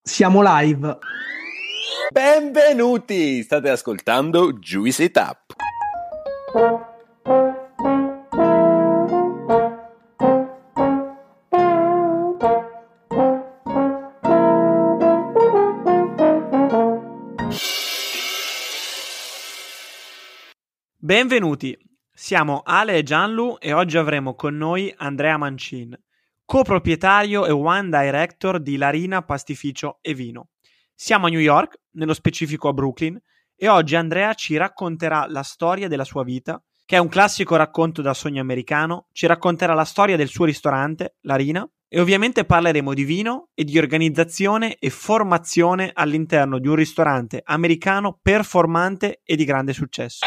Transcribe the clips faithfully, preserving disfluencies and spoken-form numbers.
Siamo live. Benvenuti! State ascoltando Juicy Tap. Benvenuti, siamo Ale e Gianlu e oggi avremo con noi Andrea Mancin, coproprietario e wine director di Larina Pastificio e Vino. Siamo a New York, nello specifico a Brooklyn, e oggi Andrea ci racconterà la storia della sua vita, che è un classico racconto da sogno americano, ci racconterà la storia del suo ristorante, Larina, e ovviamente parleremo di vino e di organizzazione e formazione all'interno di un ristorante americano performante e di grande successo.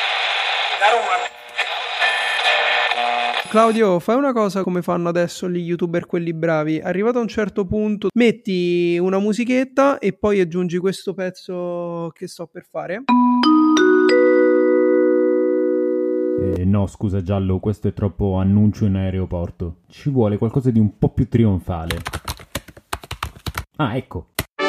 Claudio, fai una cosa come fanno adesso gli youtuber quelli bravi. Arrivato a un certo punto, metti una musichetta e poi aggiungi questo pezzo che sto per fare. Eh, no, scusa Giallo, questo è troppo annuncio in aeroporto. Ci vuole qualcosa di un po' più trionfale. Ah, ecco.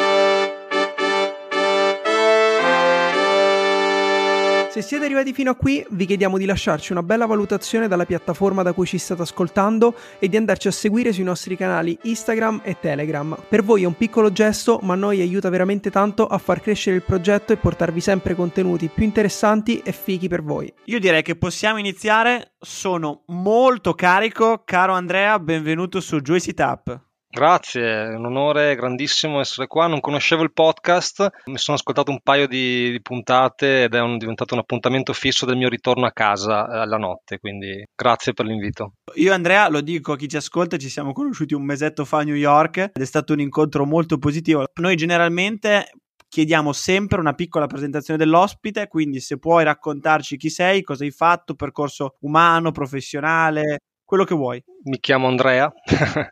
Se siete arrivati fino a qui, vi chiediamo di lasciarci una bella valutazione dalla piattaforma da cui ci state ascoltando e di andarci a seguire sui nostri canali Instagram e Telegram. Per voi è un piccolo gesto, ma a noi aiuta veramente tanto a far crescere il progetto e portarvi sempre contenuti più interessanti e fighi per voi. Io direi che possiamo iniziare, sono molto carico, caro Andrea, benvenuto su Juicy Tap. Grazie, è un onore grandissimo essere qua, non conoscevo il podcast, mi sono ascoltato un paio di, di puntate ed è un, diventato un appuntamento fisso del mio ritorno a casa eh, alla notte, quindi grazie per l'invito. Io e Andrea, lo dico a chi ci ascolta, ci siamo conosciuti un mesetto fa a New York ed è stato un incontro molto positivo. Noi generalmente chiediamo sempre una piccola presentazione dell'ospite, quindi se puoi raccontarci chi sei, cosa hai fatto, percorso umano, professionale, quello che vuoi. Mi chiamo Andrea, eh,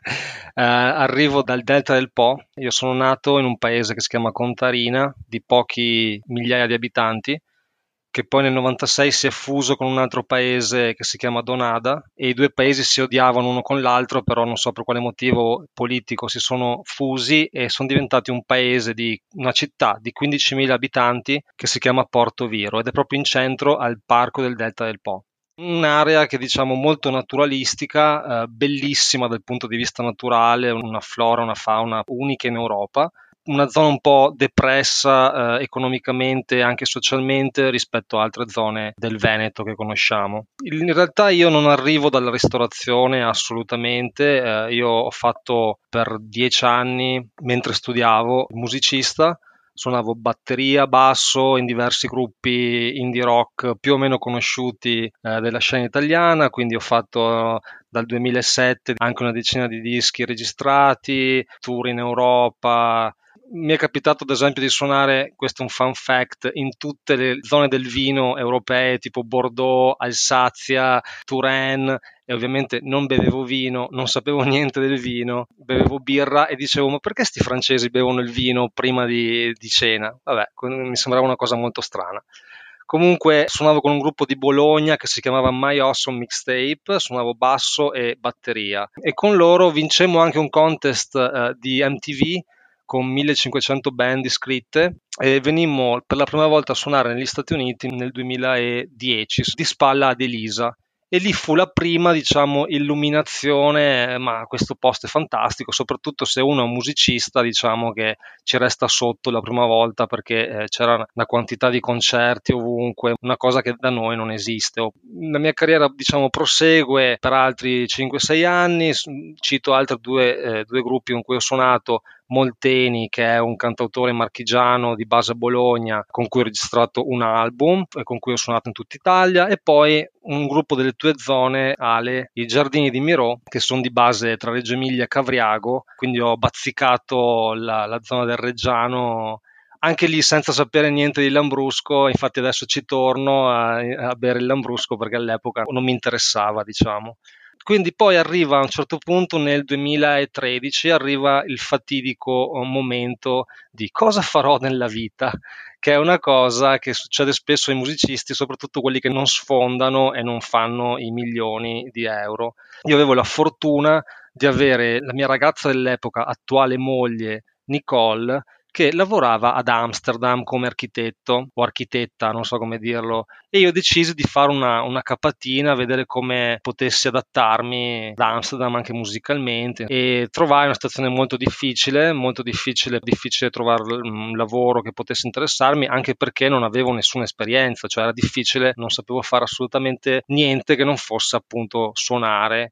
arrivo dal Delta del Po, io sono nato in un paese che si chiama Contarina, di pochi migliaia di abitanti, che poi nel novantasei si è fuso con un altro paese che si chiama Donada e i due paesi si odiavano uno con l'altro, però non so per quale motivo politico si sono fusi e sono diventati un paese di una città di quindicimila abitanti che si chiama Porto Viro ed è proprio in centro al parco del Delta del Po. Un'area che diciamo molto naturalistica, eh, bellissima dal punto di vista naturale, una flora, una fauna unica in Europa, una zona un po' depressa eh, economicamente e anche socialmente rispetto a altre zone del Veneto che conosciamo. In realtà io non arrivo dalla ristorazione assolutamente, eh, io ho fatto per dieci anni, mentre studiavo, musicista. Suonavo batteria, basso in diversi gruppi indie rock più o meno conosciuti eh, della scena italiana, quindi ho fatto dal duemilasette anche una decina di dischi registrati, tour in Europa. Mi è capitato ad esempio di suonare, questo è un fun fact, in tutte le zone del vino europee tipo Bordeaux, Alsazia, Touraine e ovviamente non bevevo vino, non sapevo niente del vino, bevevo birra e dicevo ma perché sti francesi bevono il vino prima di, di cena? Vabbè, mi sembrava una cosa molto strana. Comunque suonavo con un gruppo di Bologna che si chiamava My Awesome Mixtape, suonavo basso e batteria e con loro vincemmo anche un contest uh, di M T V con millecinquecento band iscritte e venimmo per la prima volta a suonare negli Stati Uniti nel duemiladieci di spalla ad Elisa. E lì fu la prima, diciamo, illuminazione, ma questo posto è fantastico, soprattutto se uno è un musicista, diciamo che ci resta sotto la prima volta perché eh, c'era una quantità di concerti ovunque, una cosa che da noi non esiste. La mia carriera, diciamo, prosegue per altri cinque sei anni, cito altri due, eh, due gruppi con cui ho suonato, Molteni, che è un cantautore marchigiano di base a Bologna con cui ho registrato un album e con cui ho suonato in tutta Italia, e poi un gruppo delle tue zone, Ale, i Giardini di Mirò, che sono di base tra Reggio Emilia e Cavriago, quindi ho bazzicato la, la zona del Reggiano anche lì senza sapere niente di Lambrusco. Infatti adesso ci torno a, a bere il Lambrusco perché all'epoca non mi interessava, diciamo. Quindi poi arriva a un certo punto nel duemilatredici arriva il fatidico momento di cosa farò nella vita, che è una cosa che succede spesso ai musicisti, soprattutto quelli che non sfondano e non fanno i milioni di euro. Io avevo la fortuna di avere la mia ragazza dell'epoca, attuale moglie Nicole, che lavorava ad Amsterdam come architetto o architetta, non so come dirlo, e io decisi di fare una, una capatina, vedere come potessi adattarmi ad Amsterdam anche musicalmente, e trovai una situazione molto difficile, molto difficile, difficile trovare un lavoro che potesse interessarmi, anche perché non avevo nessuna esperienza, cioè era difficile, non sapevo fare assolutamente niente che non fosse appunto suonare.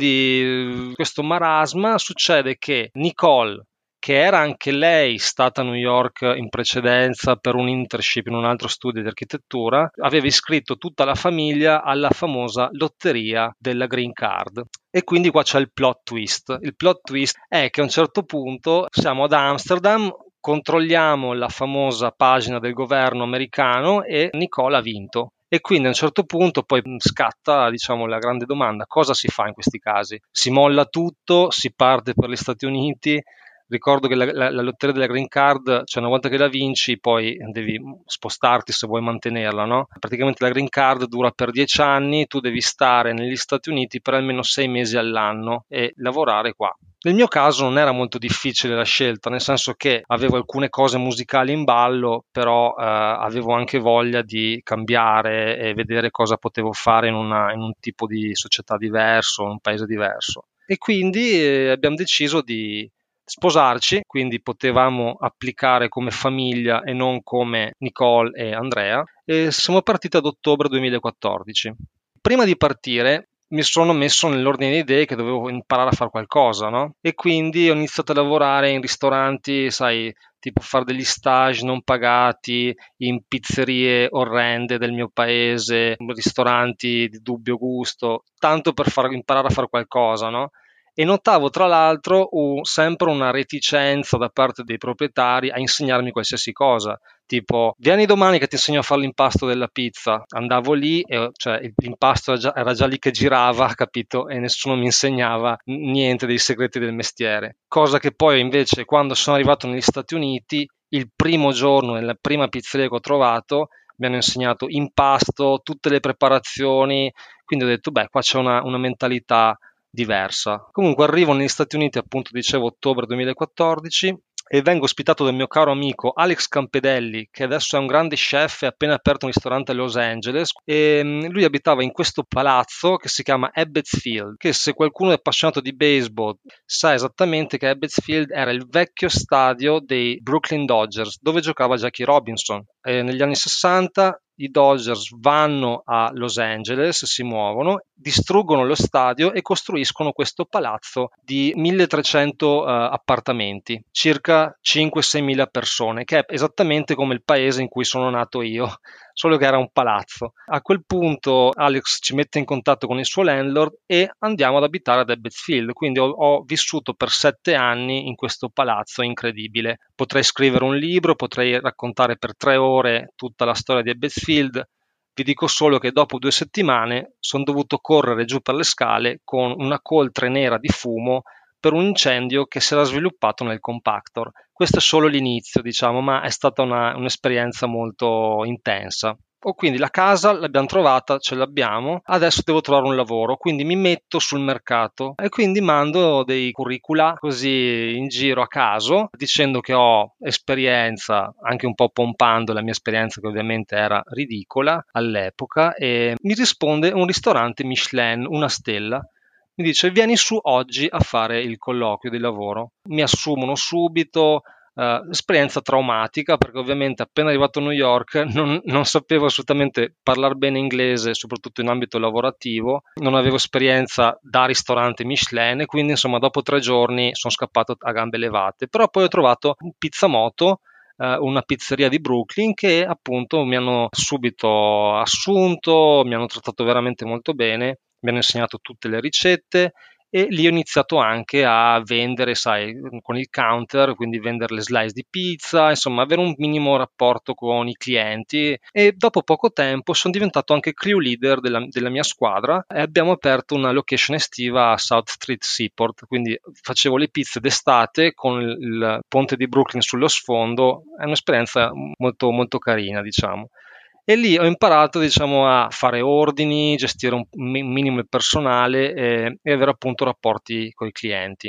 Quindi questo marasma, succede che Nicole, che era anche lei stata a New York in precedenza per un internship in un altro studio di architettura, aveva iscritto tutta la famiglia alla famosa lotteria della Green Card. E quindi qua c'è il plot twist. Il plot twist è che a un certo punto siamo ad Amsterdam, controlliamo la famosa pagina del governo americano e Nicole ha vinto. E quindi a un certo punto poi scatta, diciamo, la grande domanda: cosa si fa in questi casi? Si molla tutto, si parte per gli Stati Uniti? Ricordo che la, la, la lotteria della Green Card, cioè una volta che la vinci poi devi spostarti se vuoi mantenerla, no? Praticamente la Green Card dura per dieci anni, tu devi stare negli Stati Uniti per almeno sei mesi all'anno e lavorare qua. Nel mio caso non era molto difficile la scelta, nel senso che avevo alcune cose musicali in ballo, però eh, avevo anche voglia di cambiare e vedere cosa potevo fare in, una, in un tipo di società diverso, in un paese diverso. E quindi eh, abbiamo deciso di sposarci, quindi potevamo applicare come famiglia e non come Nicole e Andrea, e siamo partiti ad ottobre duemilaquattordici. Prima di partire mi sono messo nell'ordine di idee che dovevo imparare a fare qualcosa, no? E quindi ho iniziato a lavorare in ristoranti, sai, tipo fare degli stage non pagati in pizzerie orrende del mio paese, ristoranti di dubbio gusto, tanto per far, imparare a fare qualcosa, no? E notavo tra l'altro uh, sempre una reticenza da parte dei proprietari a insegnarmi qualsiasi cosa, tipo vieni domani che ti insegno a fare l'impasto della pizza. Andavo lì e cioè, l'impasto era già, era già lì che girava, capito? E nessuno mi insegnava niente dei segreti del mestiere, cosa che poi invece quando sono arrivato negli Stati Uniti, il primo giorno nella prima pizzeria che ho trovato mi hanno insegnato impasto, tutte le preparazioni, quindi ho detto beh, qua c'è una, una mentalità diversa. Comunque arrivo negli Stati Uniti, appunto dicevo ottobre duemilaquattordici, e vengo ospitato dal mio caro amico Alex Campedelli, che adesso è un grande chef e ha appena aperto un ristorante a Los Angeles, e lui abitava in questo palazzo che si chiama Ebbets Field, che se qualcuno è appassionato di baseball sa esattamente che Ebbets Field era il vecchio stadio dei Brooklyn Dodgers dove giocava Jackie Robinson. E negli anni sessanta i Dodgers vanno a Los Angeles, si muovono, distruggono lo stadio e costruiscono questo palazzo di milletrecento uh, appartamenti, circa cinque sei mila persone, che è esattamente come il paese in cui sono nato io, solo che era un palazzo. A quel punto Alex ci mette in contatto con il suo landlord e andiamo ad abitare ad Ebbets Field, quindi ho, ho vissuto per sette anni in questo palazzo incredibile. Potrei scrivere un libro, potrei raccontare per tre ore tutta la storia di Ebbets Field. Vi dico solo che dopo due settimane sono dovuto correre giù per le scale con una coltre nera di fumo per un incendio che si era sviluppato nel compactor. Questo è solo l'inizio, diciamo, ma è stata una, un'esperienza molto intensa. Oh, quindi la casa l'abbiamo trovata, ce l'abbiamo, adesso devo trovare un lavoro, quindi mi metto sul mercato e quindi mando dei curricula così in giro a caso, dicendo che ho esperienza, anche un po' pompando la mia esperienza che ovviamente era ridicola all'epoca, e mi risponde un ristorante Michelin, una stella. Mi dice vieni su oggi a fare il colloquio di lavoro. Mi assumono subito. Uh, esperienza traumatica perché ovviamente appena arrivato a New York non, non sapevo assolutamente parlare bene inglese, soprattutto in ambito lavorativo, non avevo esperienza da ristorante Michelin e quindi insomma dopo tre giorni sono scappato a gambe levate. Però poi ho trovato un Pizzamoto, uh, una pizzeria di Brooklyn, che appunto mi hanno subito assunto, mi hanno trattato veramente molto bene, mi hanno insegnato tutte le ricette. E lì ho iniziato anche a vendere, sai, con il counter, quindi vendere le slice di pizza, insomma avere un minimo rapporto con i clienti, e dopo poco tempo sono diventato anche crew leader della, della mia squadra e abbiamo aperto una location estiva a South Street Seaport, quindi facevo le pizze d'estate con il, il ponte di Brooklyn sullo sfondo, è un'esperienza molto, molto carina, diciamo. E lì ho imparato, diciamo, a fare ordini, gestire un minimo il personale e, e avere appunto rapporti con i clienti.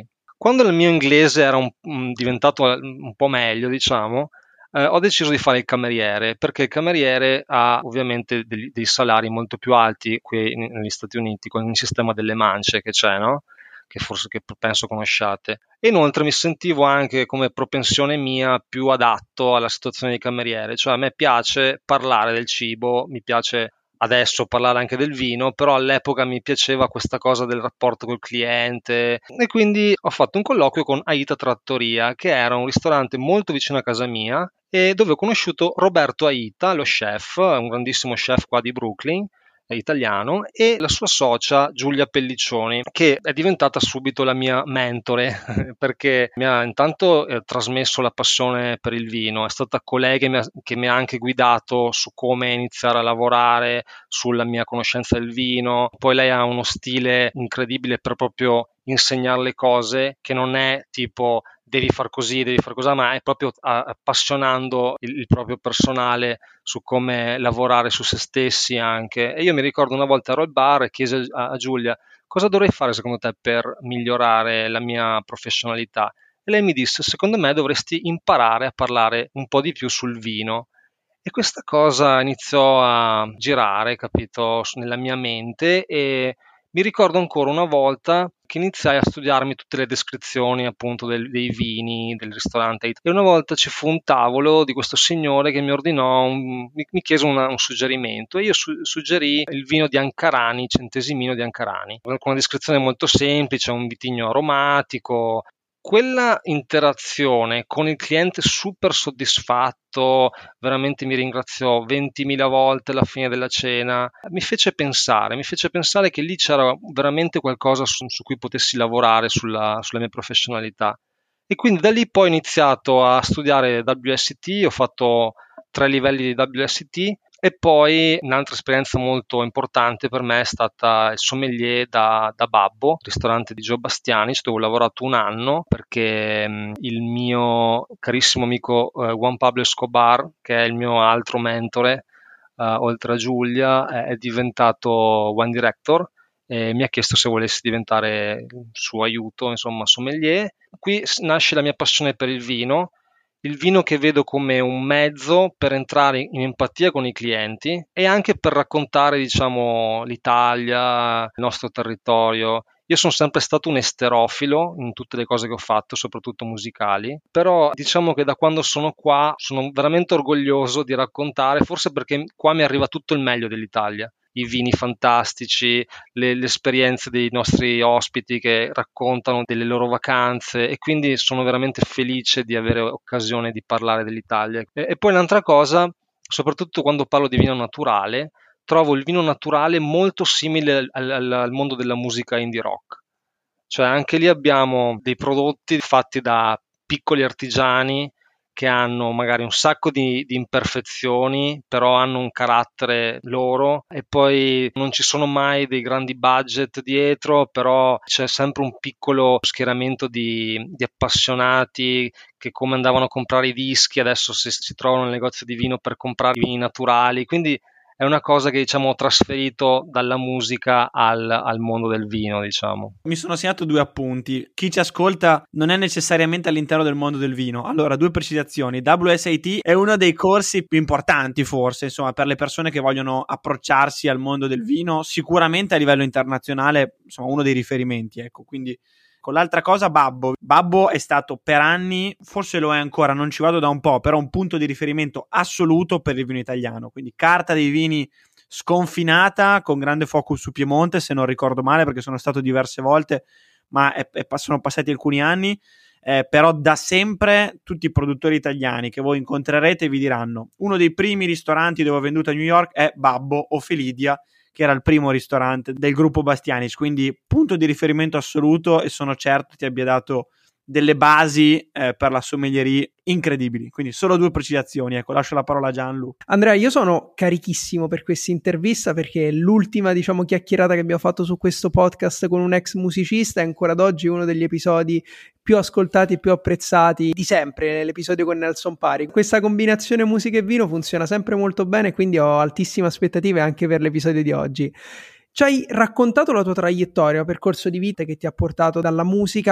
Quando il mio inglese era un, un, diventato un po' meglio, diciamo, eh, ho deciso di fare il cameriere, perché il cameriere ha ovviamente dei, dei salari molto più alti qui negli Stati Uniti, con il sistema delle mance che c'è, no? Che forse che penso conosciate. E inoltre mi sentivo anche come propensione mia più adatto alla situazione di cameriere, cioè a me piace parlare del cibo, mi piace adesso parlare anche del vino, però all'epoca mi piaceva questa cosa del rapporto col cliente e quindi ho fatto un colloquio con Aita Trattoria, che era un ristorante molto vicino a casa mia e dove ho conosciuto Roberto Aita, lo chef, un grandissimo chef qua di Brooklyn, italiano, e la sua socia Giulia Pelliccioni, che è diventata subito la mia mentore perché mi ha intanto eh, trasmesso la passione per il vino, è stata colei che mi, ha, che mi ha anche guidato su come iniziare a lavorare, sulla mia conoscenza del vino. Poi lei ha uno stile incredibile per proprio insegnare le cose, che non è tipo devi far così, devi far così, ma è proprio appassionando il, il proprio personale su come lavorare su se stessi anche. E io mi ricordo una volta ero al bar e chiesi a, a Giulia cosa dovrei fare secondo te per migliorare la mia professionalità, e lei mi disse secondo me dovresti imparare a parlare un po' di più sul vino. E questa cosa iniziò a girare, capito, nella mia mente, e mi ricordo ancora una volta che iniziai a studiarmi tutte le descrizioni appunto del, dei vini del ristorante, e una volta ci fu un tavolo di questo signore che mi ordinò un, mi, mi chiese una, un suggerimento, e io su, suggerì il vino di Ancarani, Centesimino di Ancarani, con una descrizione molto semplice, un vitigno aromatico. Quella interazione con il cliente super soddisfatto, veramente mi ringraziò ventimila volte alla fine della cena, mi fece pensare, mi fece pensare che lì c'era veramente qualcosa su, su cui potessi lavorare sulla, sulla mia professionalità. E quindi da lì poi ho iniziato a studiare W S T, ho fatto tre livelli di W S T, e poi un'altra esperienza molto importante per me è stata il sommelier da, da Babbo, ristorante di Gio Bastiani, dove ho lavorato un anno perché mh, il mio carissimo amico eh, Juan Pablo Escobar, che è il mio altro mentore, eh, oltre a Giulia, è, è diventato wine director e mi ha chiesto se volessi diventare il suo aiuto, insomma, sommelier. Qui nasce la mia passione per il vino. Il vino che vedo come un mezzo per entrare in empatia con i clienti e anche per raccontare, diciamo, l'Italia, il nostro territorio. Io sono sempre stato un esterofilo in tutte le cose che ho fatto, soprattutto musicali, però diciamo che da quando sono qua sono veramente orgoglioso di raccontare, forse perché qua mi arriva tutto il meglio dell'Italia. I vini fantastici, le, le esperienze dei nostri ospiti che raccontano delle loro vacanze, e quindi sono veramente felice di avere occasione di parlare dell'Italia. E, e poi un'altra cosa, soprattutto quando parlo di vino naturale, trovo il vino naturale molto simile al, al, al mondo della musica indie rock. Cioè anche lì abbiamo dei prodotti fatti da piccoli artigiani che hanno magari un sacco di, di imperfezioni, però hanno un carattere loro, e poi non ci sono mai dei grandi budget dietro, però c'è sempre un piccolo schieramento di, di appassionati che, come andavano a comprare i dischi, adesso si, si trovano nel negozio di vino per comprare i vini naturali, quindi è una cosa che, diciamo, ho trasferito dalla musica al, al mondo del vino, diciamo. Mi sono segnato due appunti. Chi ci ascolta non è necessariamente all'interno del mondo del vino. Allora, due precisazioni. W S I T è uno dei corsi più importanti, forse, insomma, per le persone che vogliono approcciarsi al mondo del vino, sicuramente a livello internazionale, insomma, uno dei riferimenti, ecco, quindi... Con l'altra cosa, Babbo. Babbo è stato per anni, forse lo è ancora, non ci vado da un po', però un punto di riferimento assoluto per il vino italiano. Quindi carta dei vini sconfinata, con grande focus su Piemonte, se non ricordo male, perché sono stato diverse volte, ma è, è, sono passati alcuni anni. Eh, però da sempre tutti i produttori italiani che voi incontrerete vi diranno: uno dei primi ristoranti dove ho venduto a New York è Babbo o Felidia, che era il primo ristorante del gruppo Bastianis, quindi punto di riferimento assoluto, e sono certo ti abbia dato delle basi eh, per la sommelierie incredibili. Quindi solo due precisazioni, ecco, lascio la parola a Gianlu. Andrea, io sono carichissimo per questa intervista, perché è l'ultima, diciamo, chiacchierata che abbiamo fatto su questo podcast con un ex musicista, è ancora ad oggi uno degli episodi più ascoltati e più apprezzati di sempre, l'episodio con Nelson Pari. Questa combinazione musica e vino funziona sempre molto bene, quindi ho altissime aspettative anche per l'episodio di oggi. Ci hai raccontato la tua traiettoria, percorso di vita che ti ha portato dalla musica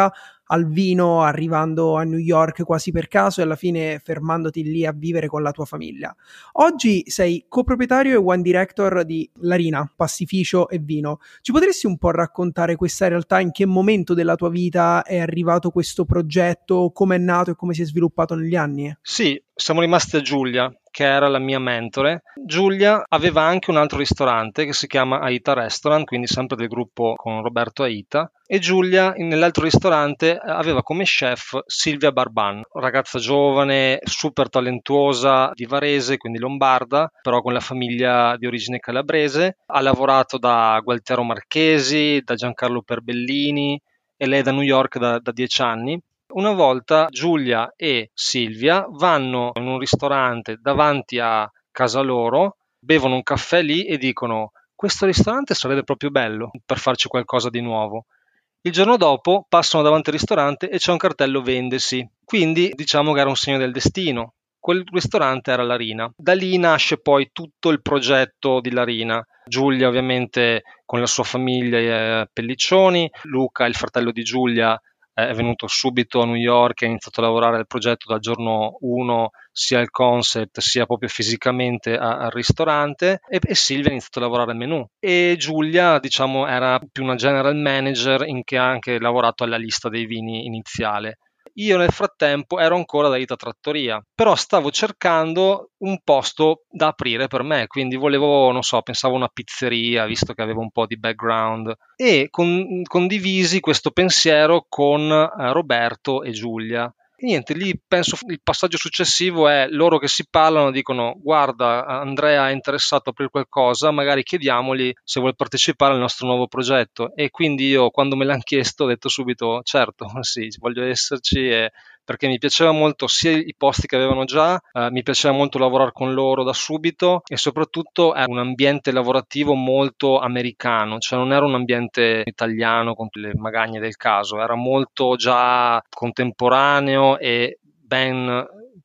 al vino, arrivando a New York quasi per caso e alla fine fermandoti lì a vivere con la tua famiglia. Oggi sei coproprietario e wine director di Larina, pastificio e vino. Ci potresti un po' raccontare questa realtà, in che momento della tua vita è arrivato questo progetto, come è nato e come si è sviluppato negli anni? Sì, siamo rimasti a Giulia, che era la mia mentore. Giulia aveva anche un altro ristorante che si chiama Aita Restaurant, quindi sempre del gruppo con Roberto Aita, e Giulia nell'altro ristorante aveva come chef Silvia Barban, ragazza giovane, super talentuosa, di Varese, quindi lombarda, però con la famiglia di origine calabrese. Ha lavorato da Gualtiero Marchesi, da Giancarlo Perbellini, e lei è da New York da, da dieci anni. Una volta Giulia e Silvia vanno in un ristorante davanti a casa loro, bevono un caffè lì e dicono: questo ristorante sarebbe proprio bello per farci qualcosa di nuovo. Il giorno dopo passano davanti al ristorante e c'è un cartello vendesi, quindi diciamo che era un segno del destino. Quel ristorante era Larina. Da lì nasce poi tutto il progetto di Larina. Giulia ovviamente con la sua famiglia eh, Pelliccioni, Luca, il fratello di Giulia, è venuto subito a New York e ha iniziato a lavorare al progetto dal giorno uno, sia al concept sia proprio fisicamente a, al ristorante, e, e Silvia ha iniziato a lavorare al menù, e Giulia diciamo era più una general manager in che ha anche lavorato alla lista dei vini iniziale. Io nel frattempo ero ancora da Aita Trattoria, però stavo cercando un posto da aprire per me, quindi volevo, non so, pensavo a una pizzeria, visto che avevo un po' di background, e con, condivisi questo pensiero con eh, Roberto e Giulia. E niente, lì penso il passaggio successivo è loro che si parlano, dicono: guarda, Andrea è interessato a aprire qualcosa, magari chiediamogli se vuole partecipare al nostro nuovo progetto. E quindi io, quando me l'hanno chiesto, ho detto subito certo, sì, voglio esserci, e perché mi piaceva molto sia i posti che avevano già, eh, mi piaceva molto lavorare con loro da subito, e soprattutto era un ambiente lavorativo molto americano, cioè non era un ambiente italiano con le magagne del caso, era molto già contemporaneo e ben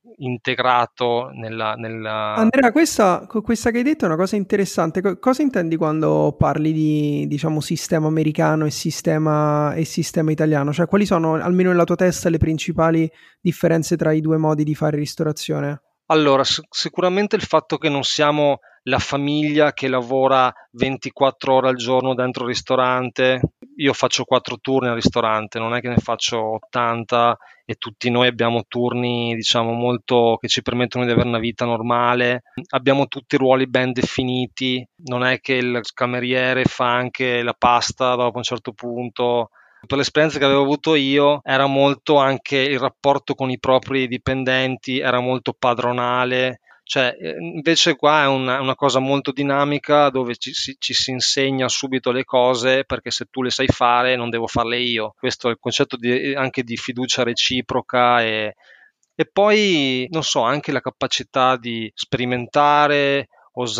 integrato nella, nella... Andrea, questa, questa che hai detto è una cosa interessante. Co- Cosa intendi quando parli di, diciamo, sistema americano e sistema, e sistema italiano? Cioè, quali sono, almeno nella tua testa, le principali differenze tra i due modi di fare ristorazione? Allora, sic- sicuramente il fatto che non siamo la famiglia che lavora ventiquattro ore al giorno dentro il ristorante. Io faccio quattro turni al ristorante, non è che ne faccio ottanta, e tutti noi abbiamo turni, diciamo, molto che ci permettono di avere una vita normale. Abbiamo tutti i ruoli ben definiti, non è che il cameriere fa anche la pasta dopo un certo punto. Per l'esperienza che avevo avuto io era molto anche il rapporto con i propri dipendenti, era molto padronale. Cioè, invece qua è una, una cosa molto dinamica, dove ci si, ci si insegna subito le cose, perché se tu le sai fare non devo farle io. Questo è il concetto di, anche di fiducia reciproca, e, e poi non so, anche la capacità di sperimentare,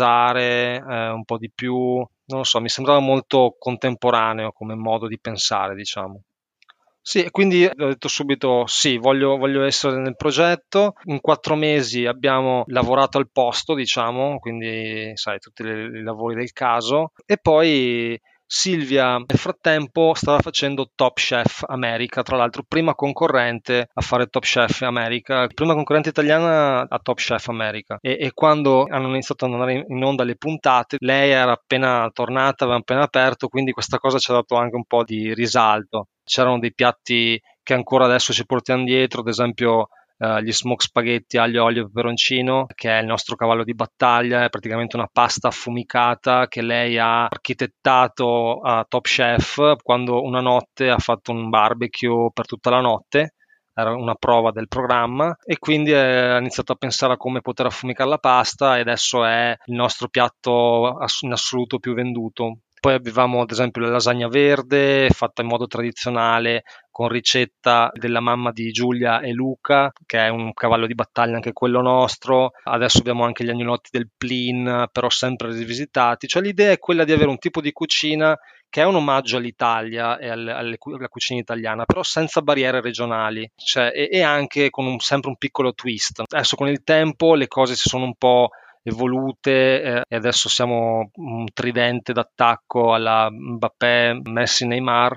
osare eh, un po' di più. Non lo so, mi sembrava molto contemporaneo come modo di pensare, diciamo. Sì, quindi ho detto subito sì, voglio, voglio essere nel progetto. In quattro mesi abbiamo lavorato al posto, diciamo, quindi sai, tutti le- i lavori del caso. E poi Silvia nel frattempo stava facendo Top Chef America, tra l'altro prima concorrente a fare Top Chef America, prima concorrente italiana a Top Chef America. E, e quando hanno iniziato ad andare in onda le puntate, lei era appena tornata, aveva appena aperto, quindi questa cosa ci ha dato anche un po' di risalto. C'erano dei piatti che ancora adesso ci portiamo dietro, ad esempio eh, gli smoke spaghetti aglio, olio e peperoncino, che è il nostro cavallo di battaglia, è praticamente una pasta affumicata che lei ha architettato a Top Chef quando una notte ha fatto un barbecue per tutta la notte. Era una prova del programma, e quindi ha iniziato a pensare a come poter affumicare la pasta, e adesso è il nostro piatto in assoluto più venduto. Poi avevamo ad esempio la lasagna verde fatta in modo tradizionale, con ricetta della mamma di Giulia e Luca, che è un cavallo di battaglia anche quello nostro. Adesso abbiamo anche gli agnolotti del Plin, però sempre rivisitati. Cioè l'idea è quella di avere un tipo di cucina che è un omaggio all'Italia e alle, alle, alla cucina italiana, però senza barriere regionali, cioè, e, e anche con un, sempre un piccolo twist. Adesso con il tempo le cose si sono un po' evolute, eh, e adesso siamo un tridente d'attacco alla Mbappé, Messi, Neymar,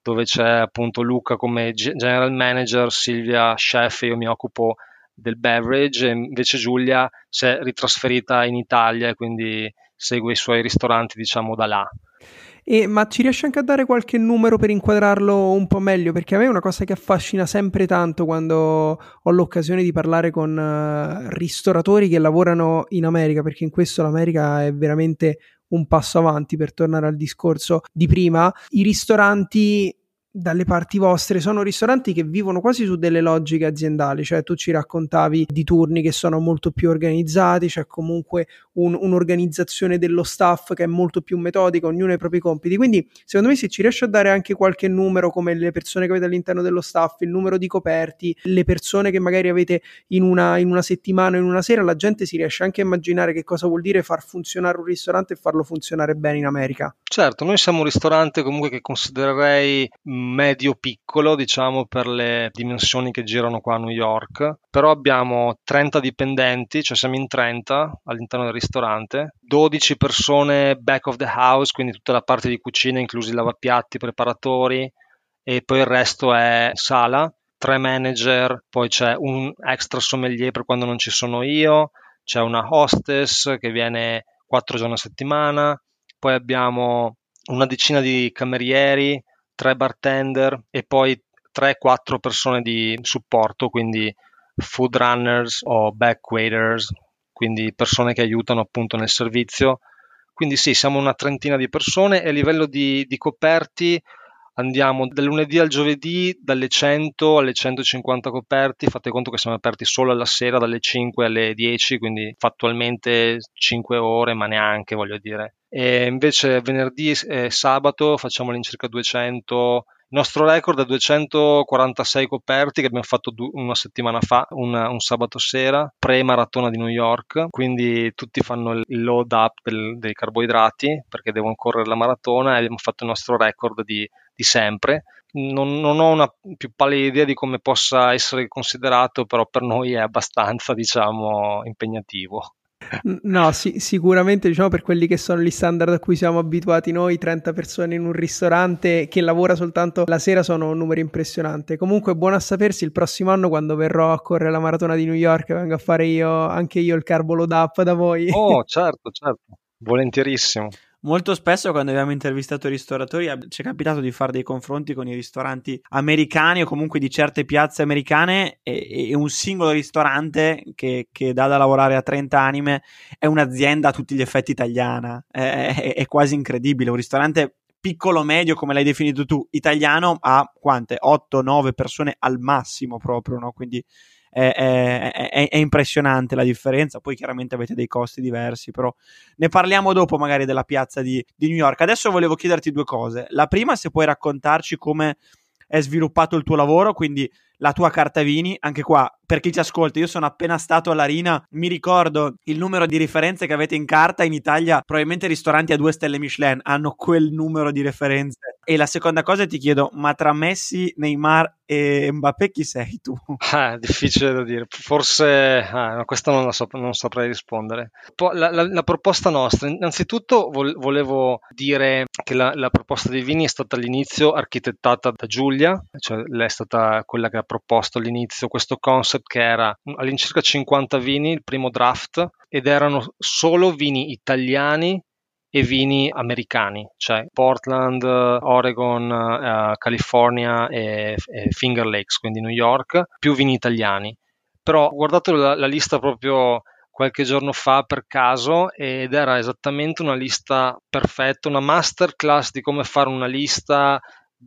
dove c'è appunto Luca come general manager, Silvia chef, e io mi occupo del beverage, e invece Giulia si è ritrasferita in Italia e quindi segue i suoi ristoranti, diciamo, da là. E, ma ci riesci anche a dare qualche numero per inquadrarlo un po' meglio? Perché a me è una cosa che affascina sempre tanto quando ho l'occasione di parlare con uh, ristoratori che lavorano in America, perché in questo l'America è veramente un passo avanti. Per tornare al discorso di prima, i ristoranti dalle parti vostre sono ristoranti che vivono quasi su delle logiche aziendali, cioè tu ci raccontavi di turni che sono molto più organizzati, c'è comunque un, un'organizzazione dello staff che è molto più metodica, ognuno ha i propri compiti, quindi secondo me se ci riesci a dare anche qualche numero, come le persone che avete all'interno dello staff, il numero di coperti, le persone che magari avete in una, in una settimana o in una sera, la gente si riesce anche a immaginare che cosa vuol dire far funzionare un ristorante e farlo funzionare bene in America. Certo, noi siamo un ristorante comunque che considererei medio piccolo, diciamo, per le dimensioni che girano qua a New York, però abbiamo trenta dipendenti, cioè siamo in trenta all'interno del ristorante, dodici persone back of the house, quindi tutta la parte di cucina, inclusi lavapiatti, preparatori, e poi il resto è sala, tre manager, poi c'è un extra sommelier per quando non ci sono io, c'è una hostess che viene quattro giorni a settimana, poi abbiamo una decina di camerieri, tre bartender e poi tre quattro persone di supporto, quindi food runners o back waiters, quindi persone che aiutano appunto nel servizio. Quindi sì, siamo una trentina di persone, e a livello di, di coperti andiamo dal lunedì al giovedì dalle cento alle centocinquanta coperti. Fate conto che siamo aperti solo alla sera dalle cinque alle dieci, quindi fattualmente cinque ore, ma neanche, voglio dire. E invece venerdì e sabato facciamo all'incirca duecento. Il nostro record è duecentoquarantasei coperti che abbiamo fatto du- una settimana fa, una, un sabato sera, pre-maratona di New York, quindi tutti fanno il load up del, dei carboidrati perché devono correre la maratona, e abbiamo fatto il nostro record di, di sempre. Non, non ho una più pallida idea di come possa essere considerato, però per noi è abbastanza, diciamo, impegnativo. No, sì, sicuramente, diciamo, per quelli che sono gli standard a cui siamo abituati noi, trenta persone in un ristorante che lavora soltanto la sera sono un numero impressionante. Comunque buono a sapersi, il prossimo anno quando verrò a correre la maratona di New York vengo a fare io anche io il carbo load up da voi. Oh, certo, certo, volentierissimo. Molto spesso quando abbiamo intervistato i ristoratori ci è capitato di fare dei confronti con i ristoranti americani o comunque di certe piazze americane, e, e un singolo ristorante che, che dà da lavorare a trenta anime è un'azienda a tutti gli effetti italiana. È, è, è quasi incredibile. Un ristorante piccolo medio, come l'hai definito tu, italiano, ha quante? otto nove persone al massimo proprio, no? Quindi È, è, è, è impressionante la differenza. Poi chiaramente avete dei costi diversi, però ne parliamo dopo magari della piazza di, di New York. Adesso volevo chiederti due cose. La prima, se puoi raccontarci come è sviluppato il tuo lavoro, quindi la tua carta vini. Anche qua, per chi ci ascolta, io sono appena stato all'Arina, mi ricordo il numero di referenze che avete in carta. In Italia probabilmente ristoranti a due stelle Michelin hanno quel numero di referenze. E la seconda cosa, ti chiedo, ma tra Messi, Neymar e Mbappé chi sei tu? Ah, difficile da dire, forse ah, no, questa non la so, non saprei rispondere. Po- la, la, la proposta nostra, innanzitutto vol- volevo dire che la, la proposta dei vini è stata all'inizio architettata da Giulia, cioè lei è stata quella che ha proposto all'inizio questo concept, che era all'incirca cinquanta vini, il primo draft, ed erano solo vini italiani e vini americani, cioè Portland, Oregon, uh, California e, e Finger Lakes, quindi New York, più vini italiani. Però ho guardato la, la lista proprio qualche giorno fa per caso, ed era esattamente una lista perfetta, una masterclass di come fare una lista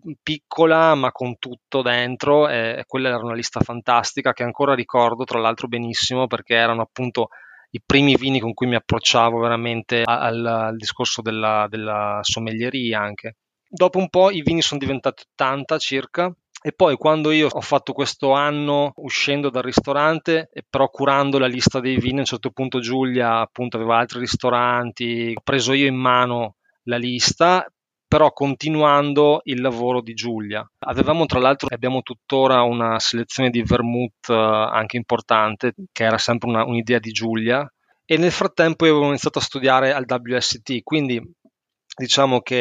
piccola ma con tutto dentro, e quella era una lista fantastica che ancora ricordo tra l'altro benissimo, perché erano appunto i primi vini con cui mi approcciavo veramente al, al discorso della, della sommelieria anche. Dopo un po' i vini sono diventati ottanta circa, e poi quando io ho fatto questo anno uscendo dal ristorante e però curando la lista dei vini, a un certo punto Giulia appunto aveva altri ristoranti, ho preso io in mano la lista, però continuando il lavoro di Giulia. Avevamo tra l'altro, e abbiamo tuttora, una selezione di vermouth anche importante, che era sempre una, un'idea di Giulia, e nel frattempo io avevo iniziato a studiare al W S E T, quindi diciamo che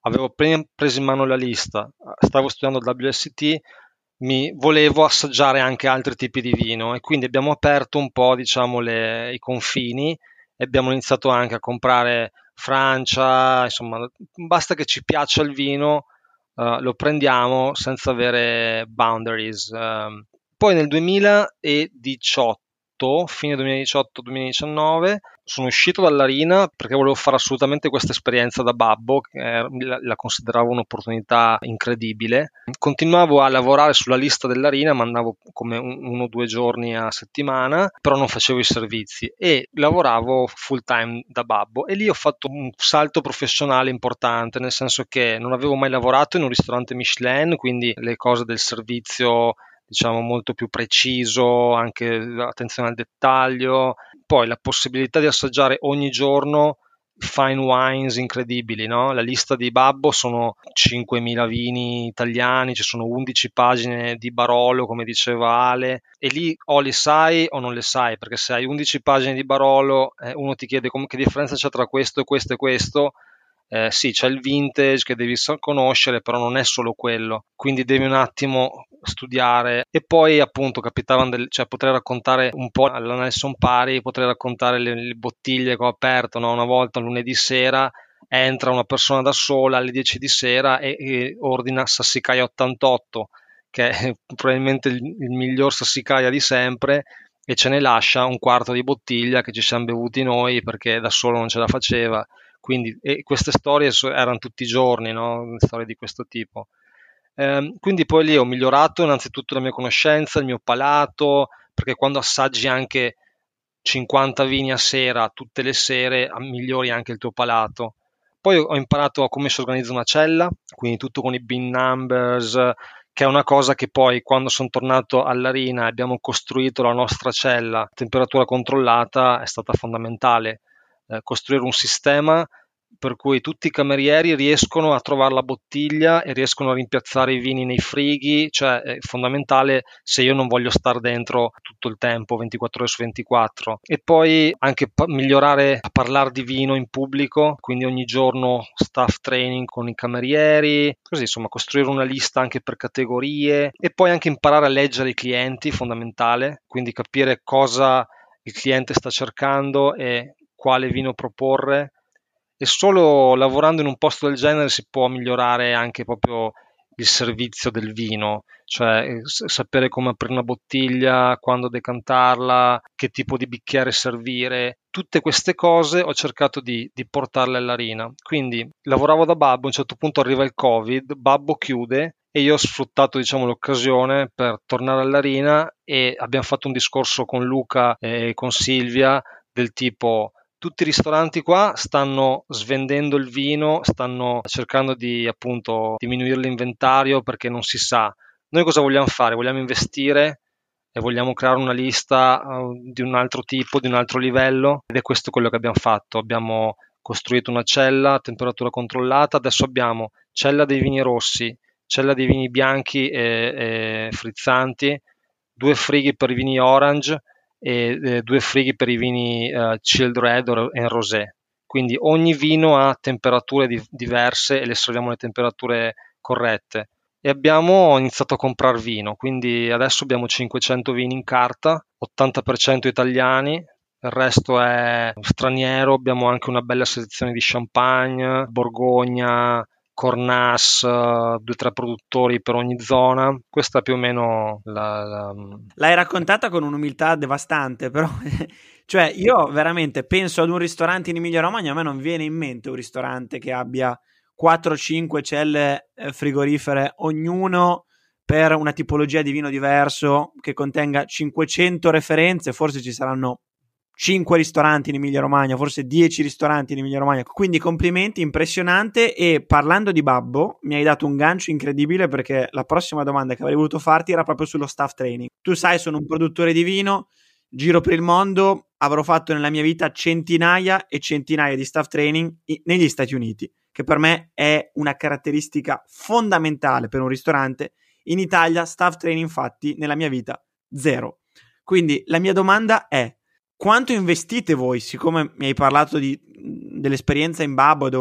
avevo appena preso in mano la lista, stavo studiando il W S T, mi volevo assaggiare anche altri tipi di vino e quindi abbiamo aperto un po', diciamo, le, i confini e abbiamo iniziato anche a comprare Francia, insomma, basta che ci piaccia il vino, uh, lo prendiamo senza avere boundaries. Um, poi nel duemiladiciotto, fine duemiladiciotto duemiladiciannove, sono uscito dall'Arena perché volevo fare assolutamente questa esperienza da babbo, che la, la consideravo un'opportunità incredibile. Continuavo a lavorare sulla lista dell'Arena, ma andavo come un, uno o due giorni a settimana, però non facevo i servizi e lavoravo full time da babbo, e lì ho fatto un salto professionale importante, nel senso che non avevo mai lavorato in un ristorante Michelin, quindi le cose del servizio, diciamo, molto più preciso, anche attenzione al dettaglio, poi la possibilità di assaggiare ogni giorno fine wines incredibili, no? La lista di babbo sono cinquemila vini italiani, ci sono undici pagine di Barolo, come diceva Ale, e lì o le sai o non le sai, perché se hai undici pagine di Barolo, eh, uno ti chiede come, che differenza c'è tra questo e questo e questo. Eh, sì, c'è il vintage che devi conoscere, però non è solo quello, quindi devi un attimo studiare. E poi appunto capitavano del, cioè potrei raccontare un po' alla Nelson Pari, potrei raccontare le, le bottiglie che ho aperto, no? Una volta lunedì sera entra una persona da sola alle dieci di sera e, e ordina Sassicaia ottantotto, che è probabilmente il, il miglior Sassicaia di sempre, e ce ne lascia un quarto di bottiglia che ci siamo bevuti noi perché da solo non ce la faceva. Quindi, e queste storie erano tutti i giorni, no? Storie di questo tipo. Eh, quindi poi lì ho migliorato innanzitutto la mia conoscenza, il mio palato, perché quando assaggi anche cinquanta vini a sera, tutte le sere, migliori anche il tuo palato. Poi ho imparato a come si organizza una cella, quindi tutto con i bin numbers, che è una cosa che poi quando sono tornato all'Arena e abbiamo costruito la nostra cella a temperatura controllata è stata fondamentale. Eh, costruire un sistema per cui tutti i camerieri riescono a trovare la bottiglia e riescono a rimpiazzare i vini nei frighi, cioè è fondamentale se io non voglio stare dentro tutto il tempo, ventiquattro ore su ventiquattro. E poi anche pa- migliorare a parlare di vino in pubblico, quindi ogni giorno staff training con i camerieri, così insomma costruire una lista anche per categorie, e poi anche imparare a leggere i clienti, fondamentale, quindi capire cosa il cliente sta cercando e quale vino proporre. E solo lavorando in un posto del genere si può migliorare anche proprio il servizio del vino, cioè sapere come aprire una bottiglia, quando decantarla, che tipo di bicchiere servire. Tutte queste cose ho cercato di, di portarle all'Arena. Quindi lavoravo da babbo, a un certo punto arriva il Covid, babbo chiude e io ho sfruttato, diciamo, l'occasione per tornare all'Arena, e abbiamo fatto un discorso con Luca e con Silvia del tipo: tutti i ristoranti qua stanno svendendo il vino, stanno cercando di appunto diminuire l'inventario perché non si sa. Noi cosa vogliamo fare? Vogliamo investire e vogliamo creare una lista uh, di un altro tipo, di un altro livello, ed è questo quello che abbiamo fatto. Abbiamo costruito una cella a temperatura controllata, adesso abbiamo cella dei vini rossi, cella dei vini bianchi e, e frizzanti, due frighi per i vini orange e eh, due frighi per i vini uh, chilled red e rosé. Quindi ogni vino ha temperature di- diverse e le serviamo alle temperature corrette. E abbiamo iniziato a comprare vino, quindi adesso abbiamo cinquecento vini in carta, ottanta per cento italiani, il resto è straniero. Abbiamo anche una bella selezione di champagne, Borgogna, Cornas, due o tre produttori per ogni zona. Questa è più o meno la, la... L'hai raccontata con un'umiltà devastante, però cioè io veramente penso ad un ristorante in Emilia Romagna, a me non viene in mente un ristorante che abbia quattro cinque celle frigorifere ognuno per una tipologia di vino diverso, che contenga cinquecento referenze. Forse ci saranno cinque ristoranti in Emilia Romagna, forse dieci ristoranti in Emilia Romagna. Quindi complimenti, impressionante. E parlando di babbo mi hai dato un gancio incredibile, perché la prossima domanda che avrei voluto farti era proprio sullo staff training. Tu sai, sono un produttore di vino, giro per il mondo, avrò fatto nella mia vita centinaia e centinaia di staff training negli Stati Uniti, che per me è una caratteristica fondamentale per un ristorante. In Italia staff training, infatti, nella mia vita zero. Quindi la mia domanda è: quanto investite voi? Siccome mi hai parlato di, dell'esperienza in babbo, dove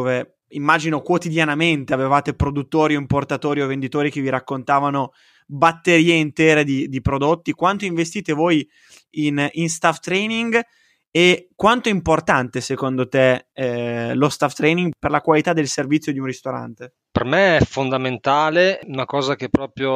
immagino quotidianamente avevate produttori, importatori o venditori che vi raccontavano batterie intere di, di prodotti. Quanto investite voi in, in staff training e quanto è importante secondo te eh, lo staff training per la qualità del servizio di un ristorante? Per me è fondamentale, una cosa che proprio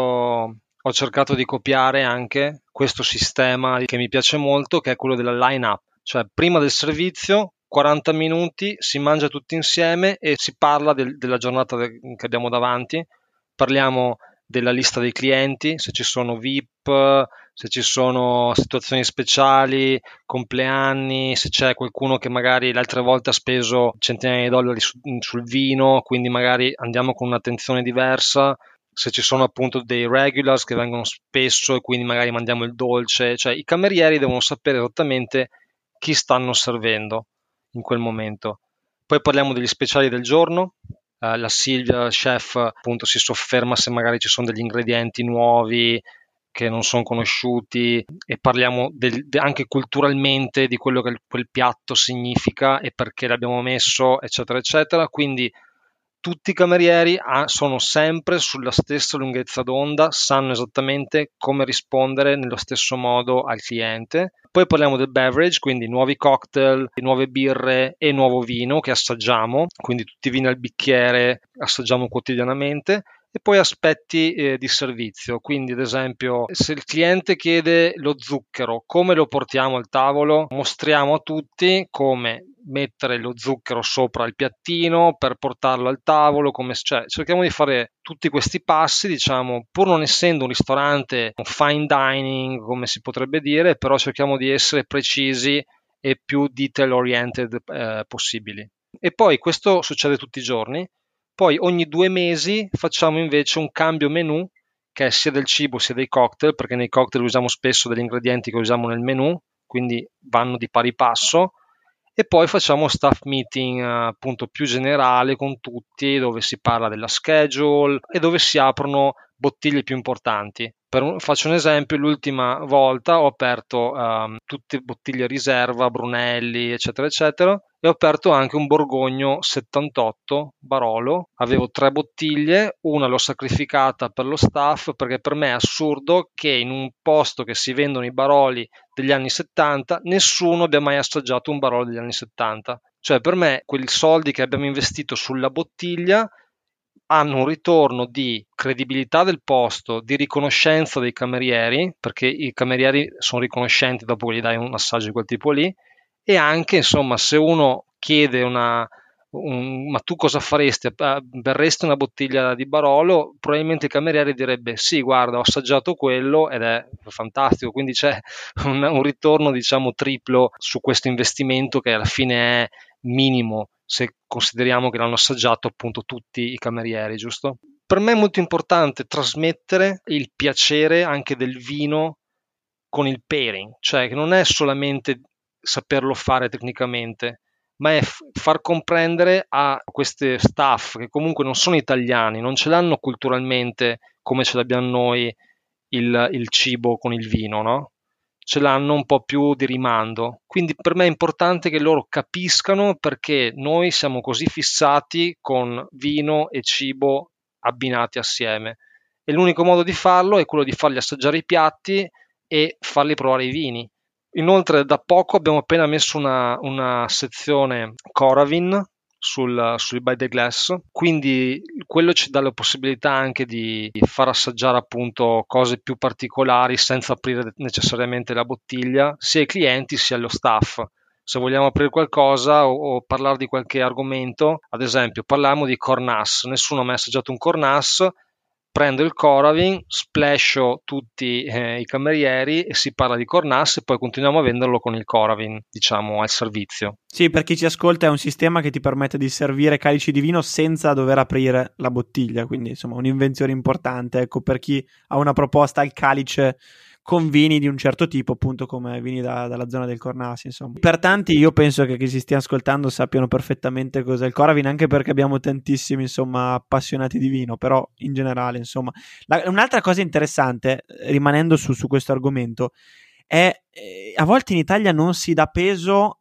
ho cercato di copiare anche, questo sistema che mi piace molto, che è quello della line-up, cioè prima del servizio quaranta minuti si mangia tutti insieme e si parla del, della giornata che abbiamo davanti, parliamo della lista dei clienti, se ci sono V I P, se ci sono situazioni speciali, compleanni, se c'è qualcuno che magari l'altra volta ha speso centinaia di dollari su, sul vino, quindi magari andiamo con un'attenzione diversa, se ci sono appunto dei regulars che vengono spesso e quindi magari mandiamo il dolce, cioè i camerieri devono sapere esattamente chi stanno servendo in quel momento. Poi parliamo degli speciali del giorno. Uh, la Silvia, chef, appunto si sofferma se magari ci sono degli ingredienti nuovi che non sono conosciuti e parliamo del, de, anche culturalmente di quello che quel piatto significa e perché l'abbiamo messo, eccetera eccetera. Quindi tutti i camerieri ha, sono sempre sulla stessa lunghezza d'onda, sanno esattamente come rispondere nello stesso modo al cliente. Poi parliamo del beverage, quindi nuovi cocktail, nuove birre e nuovo vino che assaggiamo, quindi tutti i vini al bicchiere assaggiamo quotidianamente. E poi aspetti eh, di servizio, quindi ad esempio se il cliente chiede lo zucchero, come lo portiamo al tavolo? Mostriamo a tutti come mettere lo zucchero sopra il piattino per portarlo al tavolo, come, cioè cerchiamo di fare tutti questi passi, diciamo, pur non essendo un ristorante un fine dining come si potrebbe dire, però cerchiamo di essere precisi e più detail oriented eh, possibili. E poi questo succede tutti i giorni. Poi ogni due mesi facciamo invece un cambio menù che è sia del cibo sia dei cocktail, perché nei cocktail usiamo spesso degli ingredienti che usiamo nel menù, quindi vanno di pari passo. E poi facciamo staff meeting appunto più generale con tutti, dove si parla della schedule e dove si aprono bottiglie più importanti. Per un, faccio un esempio, l'ultima volta ho aperto um, tutte bottiglie riserva, Brunelli, eccetera, eccetera, e ho aperto anche un Borgogno settantotto Barolo. Avevo tre bottiglie, una l'ho sacrificata per lo staff, perché per me è assurdo che in un posto che si vendono i Baroli degli anni settanta, nessuno abbia mai assaggiato un Barolo degli anni settanta. Cioè per me quei soldi che abbiamo investito sulla bottiglia hanno un ritorno di credibilità del posto, di riconoscenza dei camerieri, perché i camerieri sono riconoscenti dopo che gli dai un assaggio di quel tipo lì, e anche, insomma, se uno chiede una, un, ma tu cosa faresti? Berresti una bottiglia di Barolo? Probabilmente il cameriere direbbe sì, guarda, ho assaggiato quello ed è fantastico, quindi c'è un, un ritorno, diciamo, triplo su questo investimento che alla fine è minimo, se consideriamo che l'hanno assaggiato appunto tutti i camerieri, giusto? Per me è molto importante trasmettere il piacere anche del vino con il pairing, cioè che non è solamente saperlo fare tecnicamente, ma è f- far comprendere a queste staff che comunque non sono italiani, non ce l'hanno culturalmente come ce l'abbiamo noi il, il cibo con il vino, no? Ce l'hanno un po' più di rimando, quindi per me è importante che loro capiscano perché noi siamo così fissati con vino e cibo abbinati assieme, e l'unico modo di farlo è quello di fargli assaggiare i piatti e fargli provare i vini. Inoltre da poco abbiamo appena messo una, una sezione Coravin sul, sul By the Glass, quindi quello ci dà la possibilità anche di far assaggiare appunto cose più particolari senza aprire necessariamente la bottiglia, sia ai clienti sia allo staff. Se vogliamo aprire qualcosa o, o parlare di qualche argomento, ad esempio parliamo di Cornas, nessuno ha mai assaggiato un Cornas, prendo il Coravin, splasho tutti eh, i camerieri e si parla di Cornas e poi continuiamo a venderlo con il Coravin, diciamo, al servizio. Sì, per chi ci ascolta è un sistema che ti permette di servire calici di vino senza dover aprire la bottiglia, quindi insomma un'invenzione importante, ecco, per chi ha una proposta al calice con vini di un certo tipo, appunto come vini da, dalla zona del Cornas, insomma. Per tanti io penso che chi si stia ascoltando sappiano perfettamente cos'è il Coravin, anche perché abbiamo tantissimi, insomma, appassionati di vino, però in generale, insomma. La, un'altra cosa interessante, rimanendo su, su questo argomento, è eh, a volte in Italia non si dà peso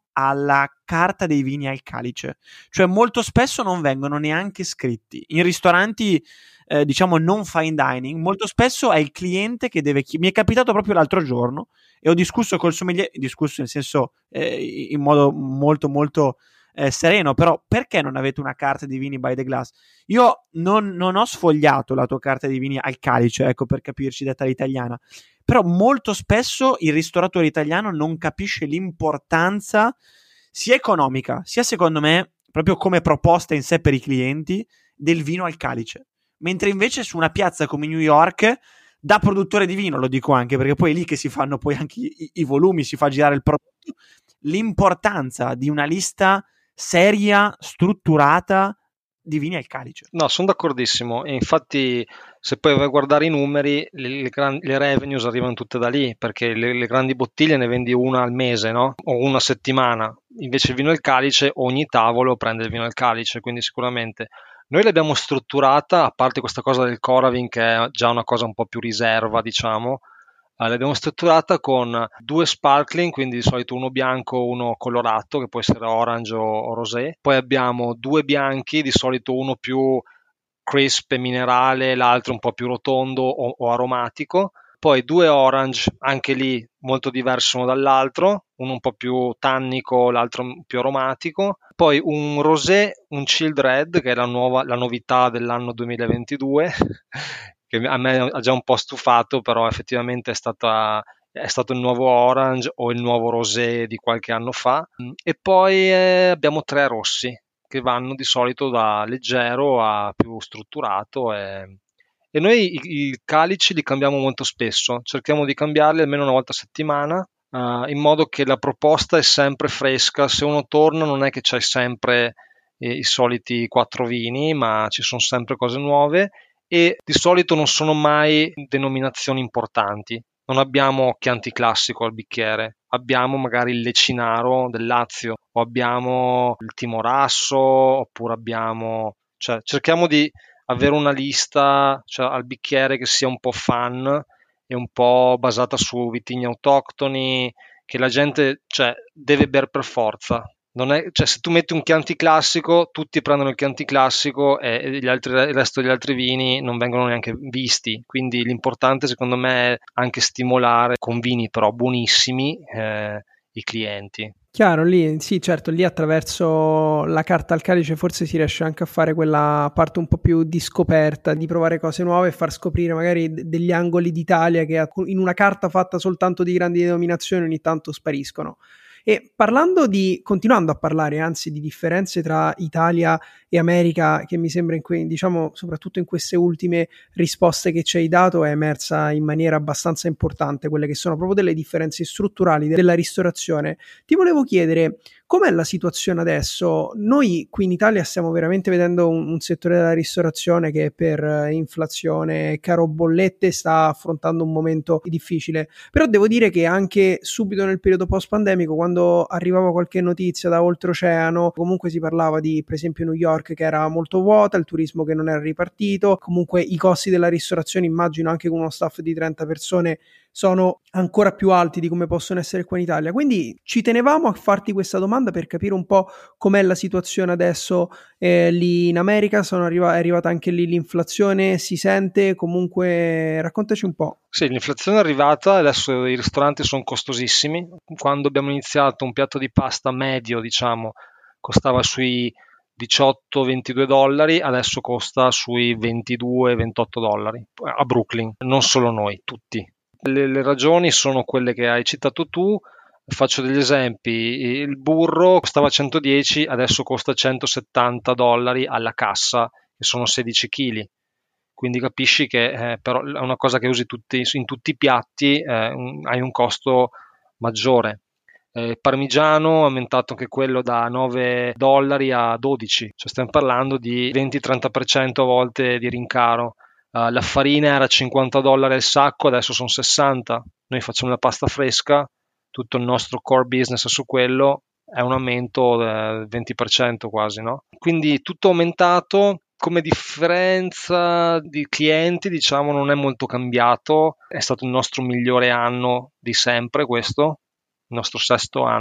alla carta dei vini al calice, cioè molto spesso non vengono neanche scritti. In ristoranti eh, diciamo non fine dining, molto spesso è il cliente che deve chi- mi è capitato proprio l'altro giorno e ho discusso col sommelier, discusso nel senso eh, in modo molto molto eh, sereno, però perché non avete una carta di vini by the glass? Io non, non ho sfogliato la tua carta di vini al calice, ecco, per capirci, detta all'italiana, però molto spesso il ristoratore italiano non capisce l'importanza sia economica, sia secondo me proprio come proposta in sé per i clienti del vino al calice, mentre invece su una piazza come New York, da produttore di vino, lo dico anche perché poi è lì che si fanno poi anche i, i volumi, si fa girare il prodotto, l'importanza di una lista seria, strutturata di vini al calice. No, sono d'accordissimo, e infatti se poi vai a guardare i numeri, le, le, gran- le revenues arrivano tutte da lì, perché le, le grandi bottiglie ne vendi una al mese, no? O una a settimana, invece il vino al calice ogni tavolo prende il vino al calice, quindi sicuramente noi l'abbiamo strutturata, a parte questa cosa del Coravin che è già una cosa un po' più riserva, diciamo. Uh, l'abbiamo strutturata con due sparkling, quindi di solito uno bianco, uno colorato, che può essere orange o, o rosé. Poi abbiamo due bianchi, di solito uno più crisp e minerale, l'altro un po' più rotondo o, o aromatico. Poi due orange, anche lì molto diverso uno dall'altro, uno un po' più tannico, l'altro più aromatico. Poi un rosé, un chilled red, che è la, nuova, la novità dell'anno duemilaventidue, che a me ha già un po' stufato, però effettivamente è, stata, è stato il nuovo orange o il nuovo rosé di qualche anno fa. E poi eh, abbiamo tre rossi, che vanno di solito da leggero a più strutturato, e, e noi i, i calici li cambiamo molto spesso, cerchiamo di cambiarli almeno una volta a settimana, uh, in modo che la proposta è sempre fresca. Se uno torna non è che c'è sempre eh, i soliti quattro vini, ma ci sono sempre cose nuove, e di solito non sono mai denominazioni importanti. Non abbiamo Chianti Classico al bicchiere, abbiamo magari il Lecinaro del Lazio, o abbiamo il Timorasso, oppure abbiamo... Cioè, cerchiamo di avere una lista, cioè, al bicchiere che sia un po' fun e un po' basata su vitigni autoctoni, che la gente, cioè, deve bere per forza. Non è, cioè, se tu metti un Chianti Classico, tutti prendono il Chianti Classico e gli altri, il resto degli altri vini non vengono neanche visti. Quindi l'importante secondo me è anche stimolare con vini però buonissimi eh, i clienti. Chiaro, lì sì, certo, lì attraverso la carta al calice forse si riesce anche a fare quella parte un po' più di scoperta, di provare cose nuove e far scoprire magari d- degli angoli d'Italia che in una carta fatta soltanto di grandi denominazioni ogni tanto spariscono. E parlando di, continuando a parlare anzi di differenze tra Italia e America, che mi sembra in que, diciamo soprattutto in queste ultime risposte che ci hai dato è emersa in maniera abbastanza importante quelle che sono proprio delle differenze strutturali della ristorazione. Ti volevo chiedere com'è la situazione adesso? Noi qui in Italia stiamo veramente vedendo un, un settore della ristorazione che per inflazione, caro bollette, sta affrontando un momento difficile, però devo dire che anche subito nel periodo post pandemico, quando arrivava qualche notizia da oltreoceano, comunque si parlava di, per esempio, New York che era molto vuota, il turismo che non era ripartito, comunque i costi della ristorazione, immagino anche con uno staff di trenta persone, sono ancora più alti di come possono essere qua in Italia. Quindi ci tenevamo a farti questa domanda per capire un po' com'è la situazione adesso eh, lì in America. Sono arriva- è arrivata anche lì l'inflazione, si sente? Comunque raccontaci un po'. Sì, l'inflazione è arrivata, adesso i ristoranti sono costosissimi. Quando abbiamo iniziato un piatto di pasta medio, diciamo, costava sui diciotto ventidue dollari, adesso costa sui ventidue ventotto dollari a Brooklyn. Non solo noi, tutti. Le, le ragioni sono quelle che hai citato tu. Faccio degli esempi: il burro costava centodieci, adesso costa centosettanta dollari alla cassa, che sono sedici chili. Quindi capisci che eh, però è una cosa che usi tutti, in tutti i piatti, eh, un, hai un costo maggiore. Eh, parmigiano è aumentato anche quello da nove dollari a dodici, cioè stiamo parlando di venti trenta per cento a volte di rincaro. Uh, la farina era cinquanta dollari al sacco, adesso sono sessanta. Noi facciamo la pasta fresca, tutto il nostro core business su quello è un aumento del venti per cento quasi, no? Quindi tutto aumentato. Come differenza di clienti, diciamo, non è molto cambiato. È stato il nostro migliore anno di sempre questo, il nostro sesto anno.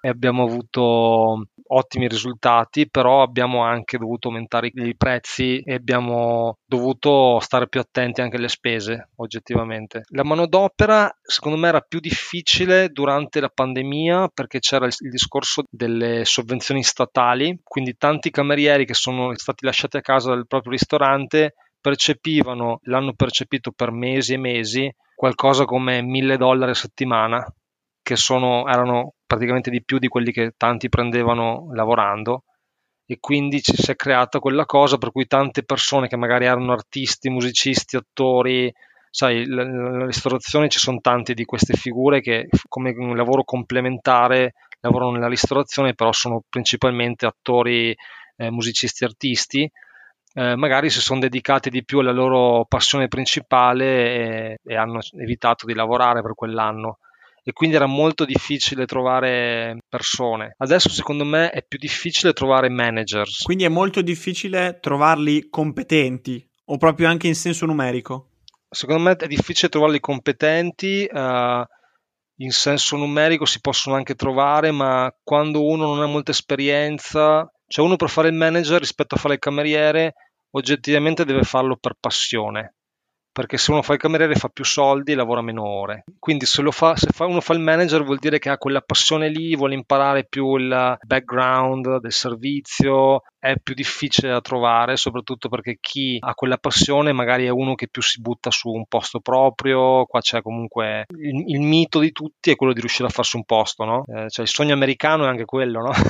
e abbiamo avuto ottimi risultati, però abbiamo anche dovuto aumentare i prezzi e abbiamo dovuto stare più attenti anche alle spese, oggettivamente. La manodopera secondo me era più difficile durante la pandemia perché c'era il, il discorso delle sovvenzioni statali, quindi tanti camerieri che sono stati lasciati a casa dal proprio ristorante percepivano, l'hanno percepito per mesi e mesi, qualcosa come mille dollari a settimana, che sono, erano praticamente di più di quelli che tanti prendevano lavorando, e quindi ci si è creata quella cosa per cui tante persone che magari erano artisti, musicisti, attori, sai, nella ristorazione ci sono tante di queste figure che come un lavoro complementare lavorano nella ristorazione, però sono principalmente attori, eh, musicisti, artisti. Eh, magari si sono dedicati di più alla loro passione principale e, e hanno evitato di lavorare per quell'anno, e quindi era molto difficile trovare persone. Adesso secondo me è più difficile trovare managers. Quindi è molto difficile trovarli competenti, o proprio anche in senso numerico? Secondo me è difficile trovarli competenti, uh, in senso numerico si possono anche trovare, ma quando uno non ha molta esperienza, cioè uno per fare il manager rispetto a fare il cameriere, oggettivamente deve farlo per passione, perché se uno fa il cameriere fa più soldi e lavora meno ore. Quindi se, lo fa, se fa, uno fa il manager vuol dire che ha quella passione lì, vuole imparare più il background del servizio, è più difficile da trovare, soprattutto perché chi ha quella passione magari è uno che più si butta su un posto proprio. Qua c'è comunque il, il mito di tutti è quello di riuscire a farsi un posto, no? Eh, cioè il sogno americano è anche quello, no?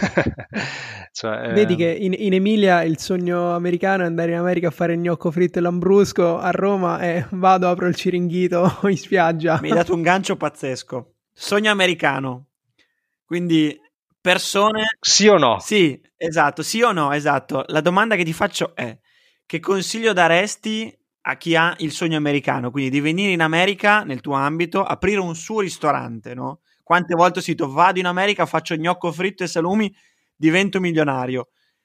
Cioè, Vedi eh... che in, in Emilia il sogno americano è andare in America a fare il gnocco fritto e lambrusco, a Roma è vado, apro il ciringhito in spiaggia. Mi hai dato un gancio pazzesco. Sogno americano. Quindi persone... Sì o no? Sì, esatto, sì o no, esatto. La domanda che ti faccio è: che consiglio daresti a chi ha il sogno americano? Quindi di venire in America, nel tuo ambito, aprire un suo ristorante, no? Quante volte ho sentito vado in America, faccio gnocco fritto e salumi, divento milionario.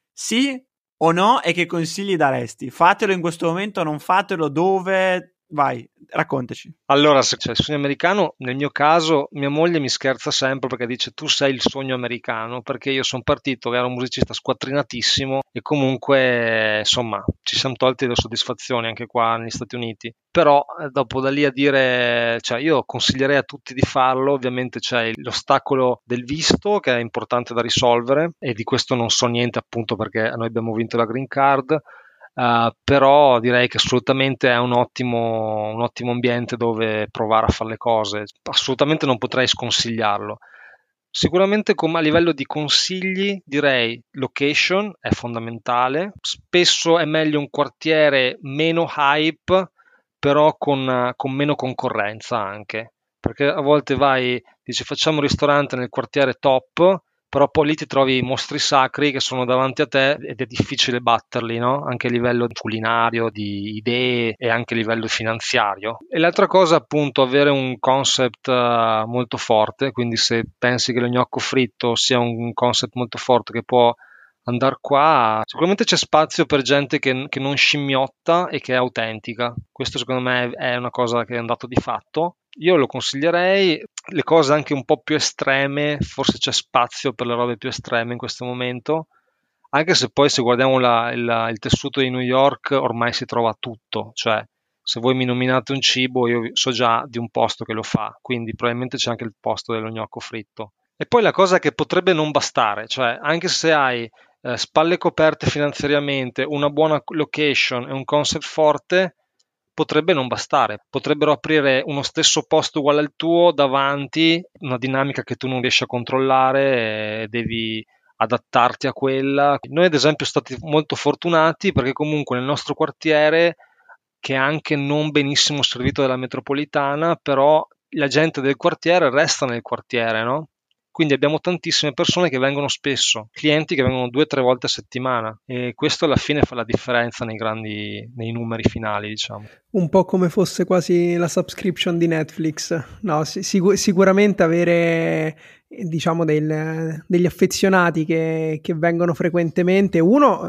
Sì o no? E che consigli daresti? Fatelo in questo momento, non fatelo, dove... Vai, raccontaci. Allora, se c'è il sogno americano, nel mio caso mia moglie mi scherza sempre perché dice tu sei il sogno americano, perché io sono partito che ero un musicista squattrinatissimo e comunque insomma ci siamo tolti le soddisfazioni anche qua negli Stati Uniti, però dopo da lì a dire, cioè io consiglierei a tutti di farlo. Ovviamente c'è l'ostacolo del visto che è importante da risolvere e di questo non so niente, appunto perché noi abbiamo vinto la green card. Uh, però direi che assolutamente è un ottimo, un ottimo ambiente dove provare a fare le cose. Assolutamente non potrei sconsigliarlo. Sicuramente come a livello di consigli direi location è fondamentale. Spesso è meglio un quartiere meno hype, però con, con meno concorrenza anche, perché a volte vai, dici facciamo un ristorante nel quartiere top, però poi lì ti trovi i mostri sacri che sono davanti a te ed è difficile batterli, no? Anche a livello culinario, di idee e anche a livello finanziario. E l'altra cosa, appunto, avere un concept uh, molto forte, quindi se pensi che lo gnocco fritto sia un concept molto forte che può andare qua, sicuramente c'è spazio per gente che, che non scimmiotta e che è autentica. Questo secondo me è una cosa che è un dato di fatto. Io lo consiglierei. Le cose anche un po' più estreme, forse c'è spazio per le robe più estreme in questo momento, anche se poi se guardiamo la, il, il tessuto di New York ormai si trova tutto, cioè se voi mi nominate un cibo io so già di un posto che lo fa, quindi probabilmente c'è anche il posto dello gnocco fritto. E poi la cosa che potrebbe non bastare, cioè anche se hai eh, spalle coperte finanziariamente, una buona location e un concept forte, potrebbe non bastare. Potrebbero aprire uno stesso posto uguale al tuo davanti, una dinamica che tu non riesci a controllare e devi adattarti a quella. Noi ad esempio siamo stati molto fortunati perché comunque nel nostro quartiere, che è anche non benissimo servito dalla metropolitana, però la gente del quartiere resta nel quartiere, no? Quindi abbiamo tantissime persone che vengono spesso, clienti che vengono due o tre volte a settimana, e questo alla fine fa la differenza nei grandi, nei numeri finali, diciamo. Un po' come fosse quasi la subscription di Netflix. No, sic- sicuramente avere, diciamo, del, degli affezionati che, che vengono frequentemente, uno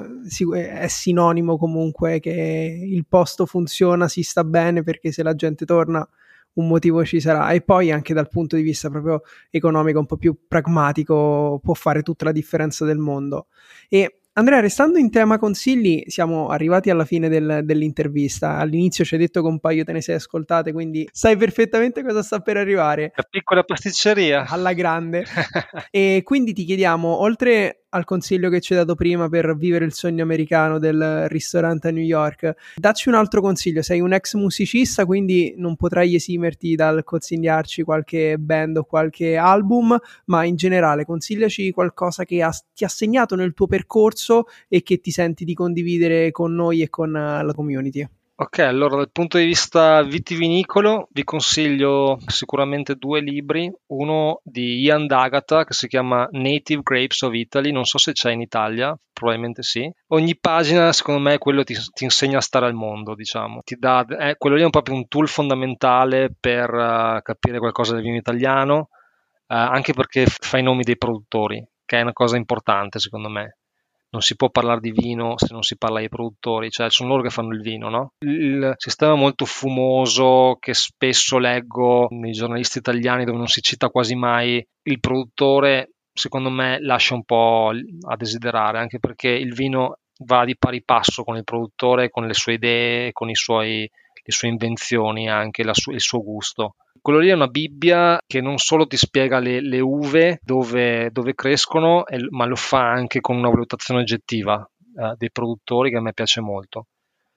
è sinonimo comunque che il posto funziona, si sta bene, perché se la gente torna un motivo ci sarà. E poi anche dal punto di vista proprio economico, un po' più pragmatico, può fare tutta la differenza del mondo. E Andrea, restando in tema consigli, siamo arrivati alla fine del, dell'intervista. All'inizio ci hai detto che un paio te ne sei ascoltate, quindi sai perfettamente cosa sta per arrivare. La piccola pasticceria. Alla grande. E quindi ti chiediamo, oltre al consiglio che ci hai dato prima per vivere il sogno americano del ristorante a New York, dacci un altro consiglio. Sei un ex musicista, quindi non potrai esimerti dal consigliarci qualche band o qualche album, ma in generale consigliaci qualcosa che ha, ti ha segnato nel tuo percorso e che ti senti di condividere con noi e con uh, la community. Ok, allora dal punto di vista vitivinicolo vi consiglio sicuramente due libri, uno di Ian D'Agata che si chiama Native Grapes of Italy, non so se c'è in Italia, probabilmente sì. Ogni pagina secondo me quello ti, ti insegna a stare al mondo, diciamo, ti dà, eh, quello lì è un proprio un tool fondamentale per uh, capire qualcosa del vino italiano, uh, anche perché fa i nomi dei produttori, che è una cosa importante secondo me. Non si può parlare di vino se non si parla ai produttori, cioè sono loro che fanno il vino, no? Il sistema molto fumoso che spesso leggo nei giornalisti italiani dove non si cita quasi mai il produttore, secondo me lascia un po' a desiderare, anche perché il vino va di pari passo con il produttore, con le sue idee, con i suoi, le sue invenzioni, anche la su- il suo gusto. Quello lì è una Bibbia che non solo ti spiega le, le uve dove, dove crescono, ma lo fa anche con una valutazione oggettiva eh, dei produttori, che a me piace molto.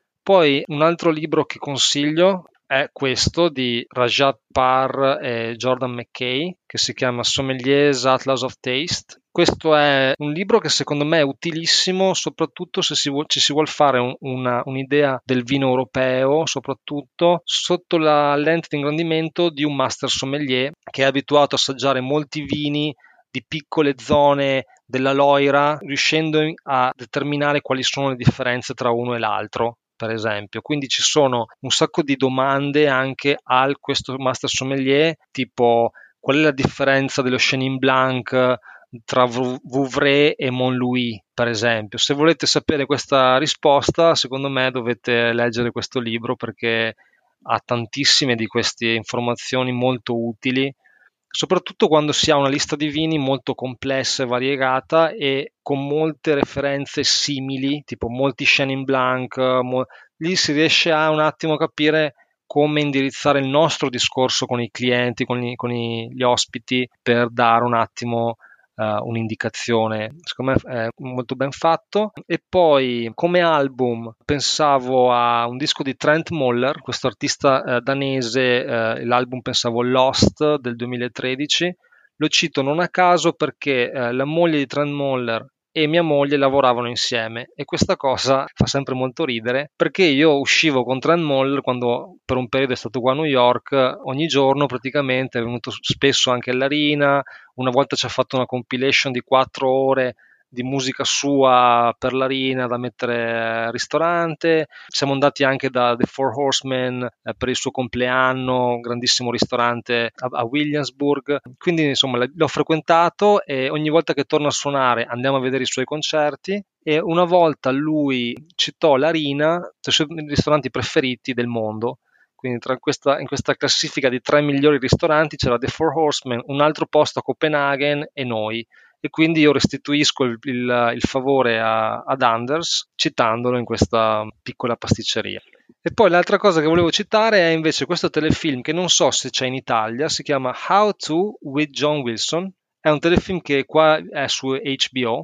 Poi un altro libro che consiglio è questo di Rajat Parr e Jordan McKay, che si chiama Sommelier's Atlas of Taste. Questo è un libro che secondo me è utilissimo, soprattutto se si vuol, ci si vuole fare un, una, un'idea del vino europeo, soprattutto sotto la lente di ingrandimento di un master sommelier che è abituato a assaggiare molti vini di piccole zone della Loira, riuscendo a determinare quali sono le differenze tra uno e l'altro, per esempio. Quindi ci sono un sacco di domande anche a questo master sommelier, tipo qual è la differenza dello Chenin Blanc tra Vouvray e Montlouis, per esempio. Se volete sapere questa risposta, secondo me dovete leggere questo libro, perché ha tantissime di queste informazioni molto utili, soprattutto quando si ha una lista di vini molto complessa e variegata e con molte referenze simili, tipo molti Chenin Blanc, mo- lì si riesce a un attimo capire come indirizzare il nostro discorso con i clienti, con, i, con i, gli ospiti, per dare un attimo uh, un'indicazione. Secondo me è molto ben fatto. E poi come album pensavo a un disco di Trent Moller, questo artista uh, danese, uh, l'album pensavo Lost del duemilatredici. Lo cito non a caso perché uh, la moglie di Trent Moller e mia moglie lavoravano insieme, e questa cosa fa sempre molto ridere, perché io uscivo con Trent Moller quando per un periodo è stato qua a New York, ogni giorno praticamente, è venuto spesso anche all'Arena, una volta ci ha fatto una compilation di quattro ore di musica sua per l'Arena da mettere al ristorante. Siamo andati anche da The Four Horsemen eh, per il suo compleanno, grandissimo ristorante a, a Williamsburg. Quindi insomma l'ho frequentato, e ogni volta che torna a suonare andiamo a vedere i suoi concerti. E una volta lui citò l'Arena tra i suoi ristoranti preferiti del mondo. Quindi tra questa, in questa classifica di tre migliori ristoranti c'era The Four Horsemen, un altro posto a Copenaghen e noi. E quindi io restituisco il, il, il favore a, ad Anders citandolo in questa piccola pasticceria. E poi l'altra cosa che volevo citare è invece questo telefilm che non so se c'è in Italia, si chiama How to with John Wilson. È un telefilm che qua è su H B O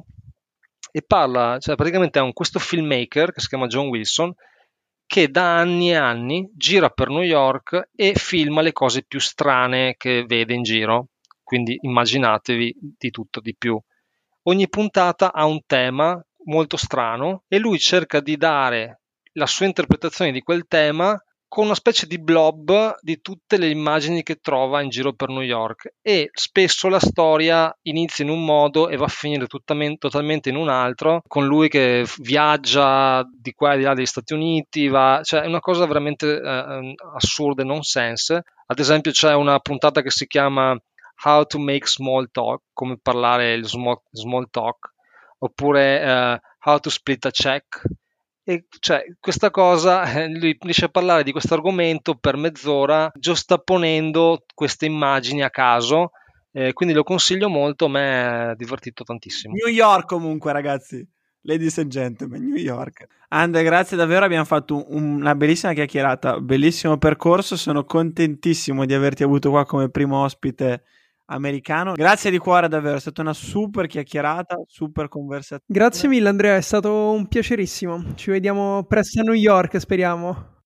e parla, cioè praticamente è un, questo filmmaker che si chiama John Wilson, che da anni e anni gira per New York e filma le cose più strane che vede in giro. Quindi immaginatevi di tutto di più. Ogni puntata ha un tema molto strano e lui cerca di dare la sua interpretazione di quel tema con una specie di blob di tutte le immagini che trova in giro per New York, e spesso la storia inizia in un modo e va a finire totalmente in un altro, con lui che viaggia di qua e di là degli Stati Uniti, va, cioè è una cosa veramente eh, assurda e nonsense. Ad esempio c'è una puntata che si chiama How to make small talk, come parlare il small, small talk, oppure uh, How to split a check, E cioè, questa cosa, eh, lui riesce a parlare di questo argomento per mezz'ora, giustapponendo queste immagini a caso, eh, quindi lo consiglio molto, a me è divertito tantissimo. New York comunque, ragazzi, ladies and gentlemen, New York. Andre, grazie davvero, abbiamo fatto un, una bellissima chiacchierata, bellissimo percorso, sono contentissimo di averti avuto qua come primo ospite americano. Grazie di cuore davvero, è stata una super chiacchierata, super conversazione. Grazie mille Andrea, è stato un piacerissimo. Ci vediamo presto a New York, speriamo.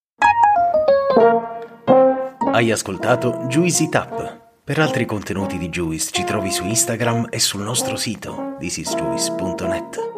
Hai ascoltato Juicy Tap. Per altri contenuti di Juice ci trovi su Instagram e sul nostro sito this is juice punto net.